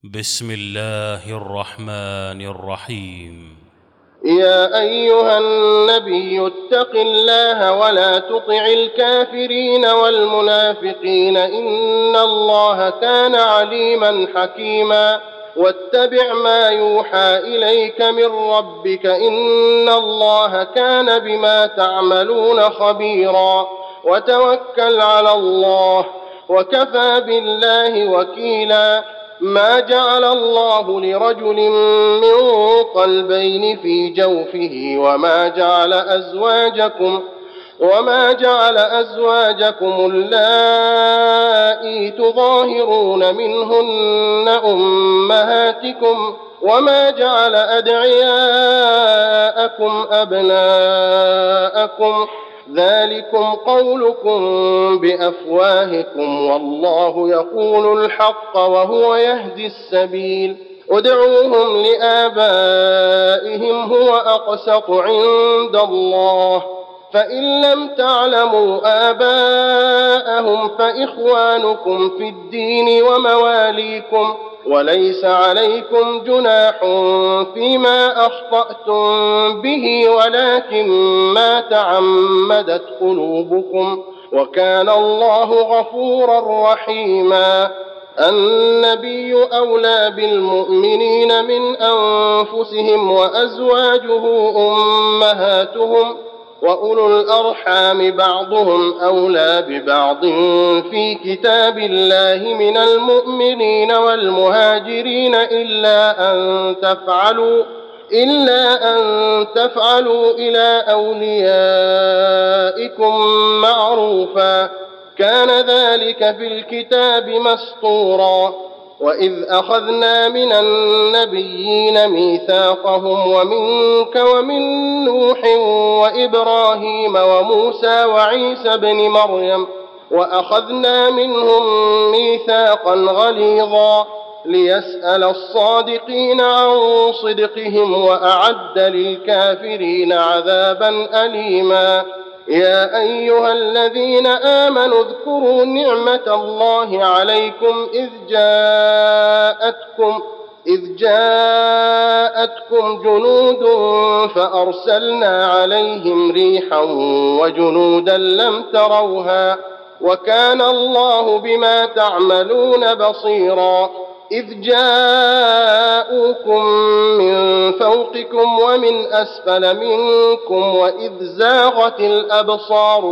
بسم الله الرحمن الرحيم. يا أيها النبي اتق الله ولا تطع الكافرين والمنافقين إن الله كان عليما حكيما. واتبع ما يوحى إليك من ربك إن الله كان بما تعملون خبيرا. وتوكل على الله وكفى بالله وكيلا. ما جعل الله لرجل من قلبين في جوفه وما جعل أزواجكم اللائي تظاهرون منهن أمهاتكم وما جعل أدعياءكم أبناءكم ذلكم قولكم بأفواهكم والله يقول الحق وهو يهدي السبيل. ادعوهم لآبائهم هو أقسط عند الله فإن لم تعلموا آباءهم فإخوانكم في الدين ومواليكم وليس عليكم جناح فيما أخطأتم به ولكن ما تعمدت قلوبكم وكان الله غفورا رحيما. النبي أولى بالمؤمنين من أنفسهم وأزواجه أمهاتهم وأولو الأرحام بعضهم أولى ببعض في كتاب الله من المؤمنين والمهاجرين إلا أن تفعلوا إلى أوليائكم معروفا كان ذلك في الكتاب مسطورا. وإذ أخذنا من النبيين ميثاقهم ومنك ومن نوح وإبراهيم وموسى وعيسى بن مريم وأخذنا منهم ميثاقا غليظا ليسأل الصادقين عن صدقهم وأعد للكافرين عذابا أليما. يا أيها الذين آمنوا اذكروا نعمة الله عليكم إذ جاءتكم جنود فأرسلنا عليهم ريحا وجنودا لم تروها وكان الله بما تعملون بصيرا. إذ جاءوكم من فوقكم ومن أسفل منكم وإذ زاغت الأبصار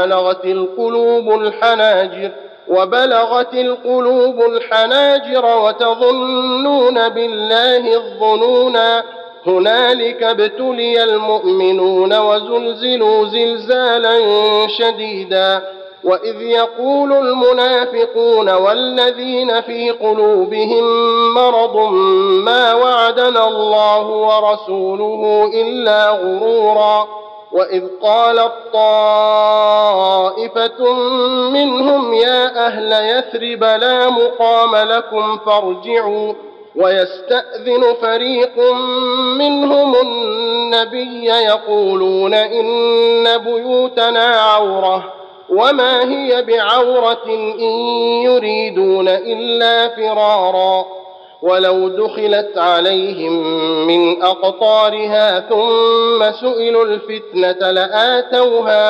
وبلغت القلوب الحناجر وتظنون بالله الظنونا. هنالك ابتلي المؤمنون وزلزلوا زلزالا شديدا. وإذ يقول المنافقون والذين في قلوبهم مرض ما وعدنا الله ورسوله إلا غرورا. وإذ قالت طائفة منهم يا أهل يثرب لا مقام لكم فارجعوا ويستأذن فريق منهم النبي يقولون إن بيوتنا عورة وما هي بعورة إن يريدون إلا فرارا. ولو دخلت عليهم من أقطارها ثم سئلوا الفتنة لآتوها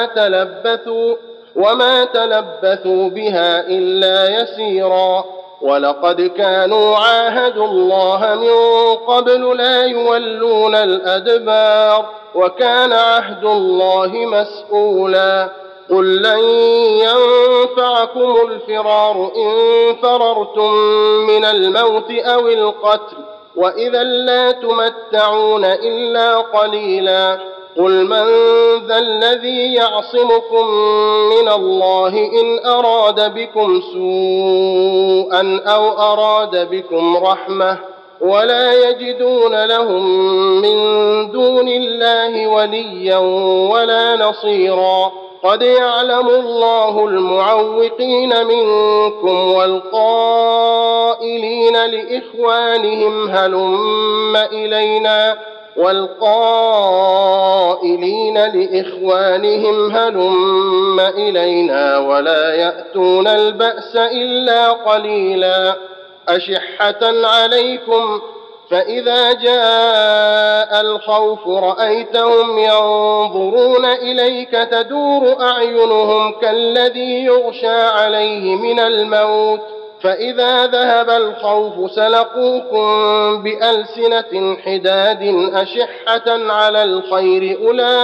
وما تلبثوا بها إلا يسيرا. ولقد كانوا عاهدوا الله من قبل لا يولون الأدبار وكان عهد الله مسؤولا. قل لن ينفعكم الفرار إن فررتم من الموت أو القتل وإذا لا تمتعون إلا قليلا. قل من ذا الذي يعصمكم من الله إن أراد بكم سوءا أو أراد بكم رحمة ولا يجدون لهم من دون الله وليا ولا نصيرا. قد يعلم الله المعوقين منكم والقائلين لإخوانهم هلم إلينا ولا يأتون البأس إلا قليلا. أشحة عليكم فإذا جاء الخوف رأيتهم ينظرون إليك تدور أعينهم كالذي يغشى عليه من الموت فإذا ذهب الخوف سلقوكم بألسنة حداد أشحة على الخير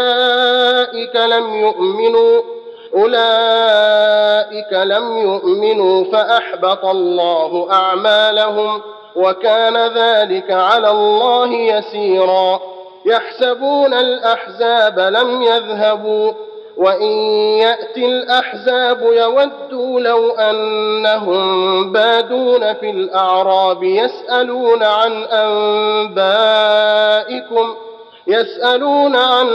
أولئك لم يؤمنوا فأحبط الله أعمالهم وكان ذلك على الله يسيرا يحسبون الأحزاب لم يذهبوا وإن يأتي الأحزاب يودوا لو أنهم بادون في الأعراب يسألون عن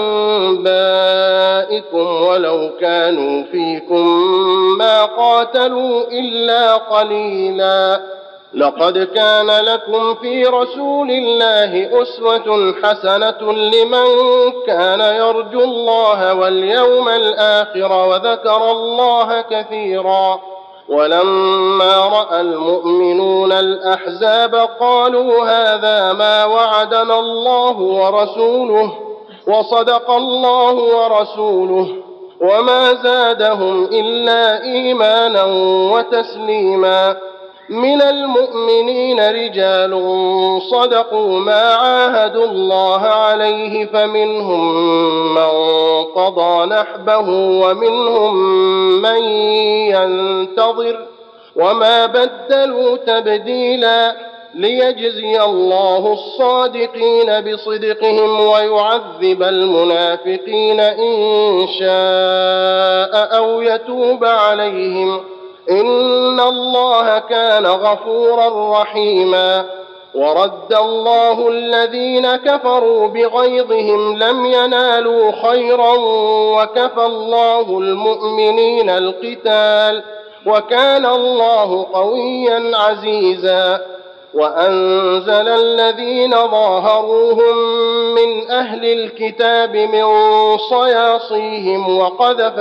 أنبائكم ولو كانوا فيكم ما قاتلوا إلا قليلا لقد كان لكم في رسول الله أسوة حسنة لمن كان يرجو الله واليوم الآخر وذكر الله كثيرا ولما رأى المؤمنون الأحزاب قالوا هذا ما وعدنا الله ورسوله وصدق الله ورسوله وما زادهم إلا إيمانا وتسليما من المؤمنين رجال صدقوا ما عاهدوا الله عليه فمنهم من قضى نحبه ومنهم من ينتظر وما بدلوا تبديلا ليجزي الله الصادقين بصدقهم ويعذب المنافقين إن شاء أو يتوب عليهم إن الله كان غفورا رحيما ورد الله الذين كفروا بغيظهم لم ينالوا خيرا وكفى الله المؤمنين القتال وكان الله قويا عزيزا وأنزل الذين ظاهروهم من أهل الكتاب من صياصيهم وقذف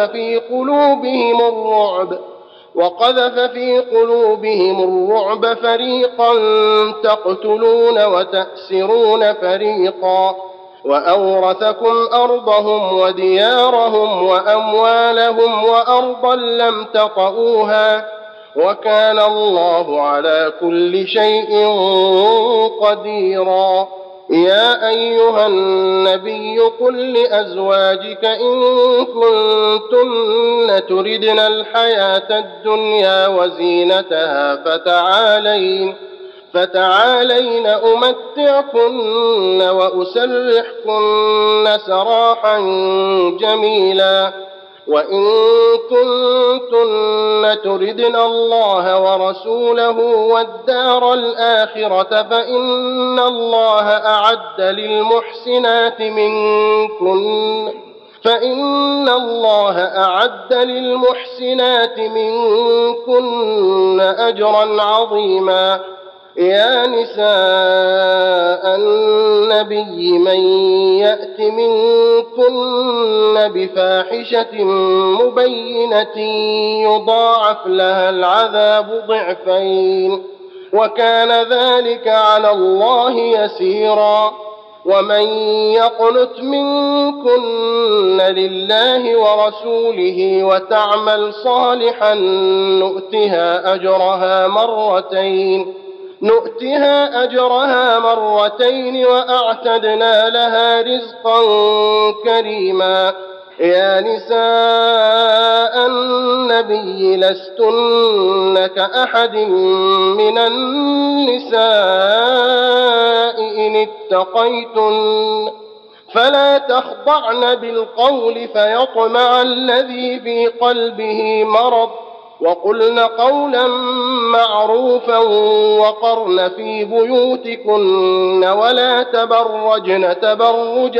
في قلوبهم الرعب فريقا تقتلون وتأسرون فريقا وأورثكم أرضهم وديارهم وأموالهم وأرضا لم تطئوها وكان الله على كل شيء قديرا يا أيها النبي قل لأزواجك إن كنتن تردن الحياة الدنيا وزينتها فتعالين أمتعكن وأسرحكن سراحا جميلا وإن كنتن تردن الله ورسوله والدار الآخرة فإن الله أعد للمحسنات منكن أجرا عظيما يا نساء النبي من يأت منكن بفاحشة مبينة يضاعف لها العذاب ضعفين وكان ذلك على الله يسيرا ومن يقنت منكن لله ورسوله وتعمل صالحا نؤتها أجرها مرتين وأعتدنا لها رزقا كريما يا نساء النبي لستن كأحد من النساء إن اتقيتن فلا تخضعن بالقول فيطمع الذي في قلبه مرض وقلن قولا معروفا وقرن في بيوتكن ولا تبرجن تبرج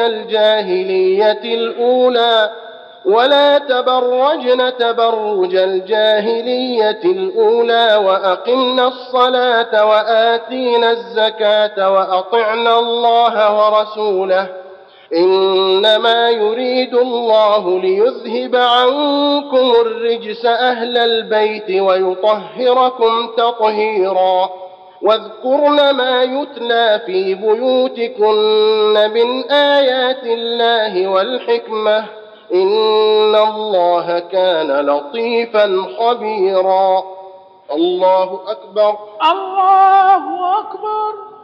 الجاهلية الأولى وأقمنا الصلاة وآتينا الزكاة وأطعنا الله ورسوله إنما يريد الله ليذهب عنكم الرجس أهل البيت ويطهركم تطهيرا واذكرن ما يتلى في بيوتكن من آيات الله والحكمة إن الله كان لطيفا خبيرا الله أكبر الله أكبر.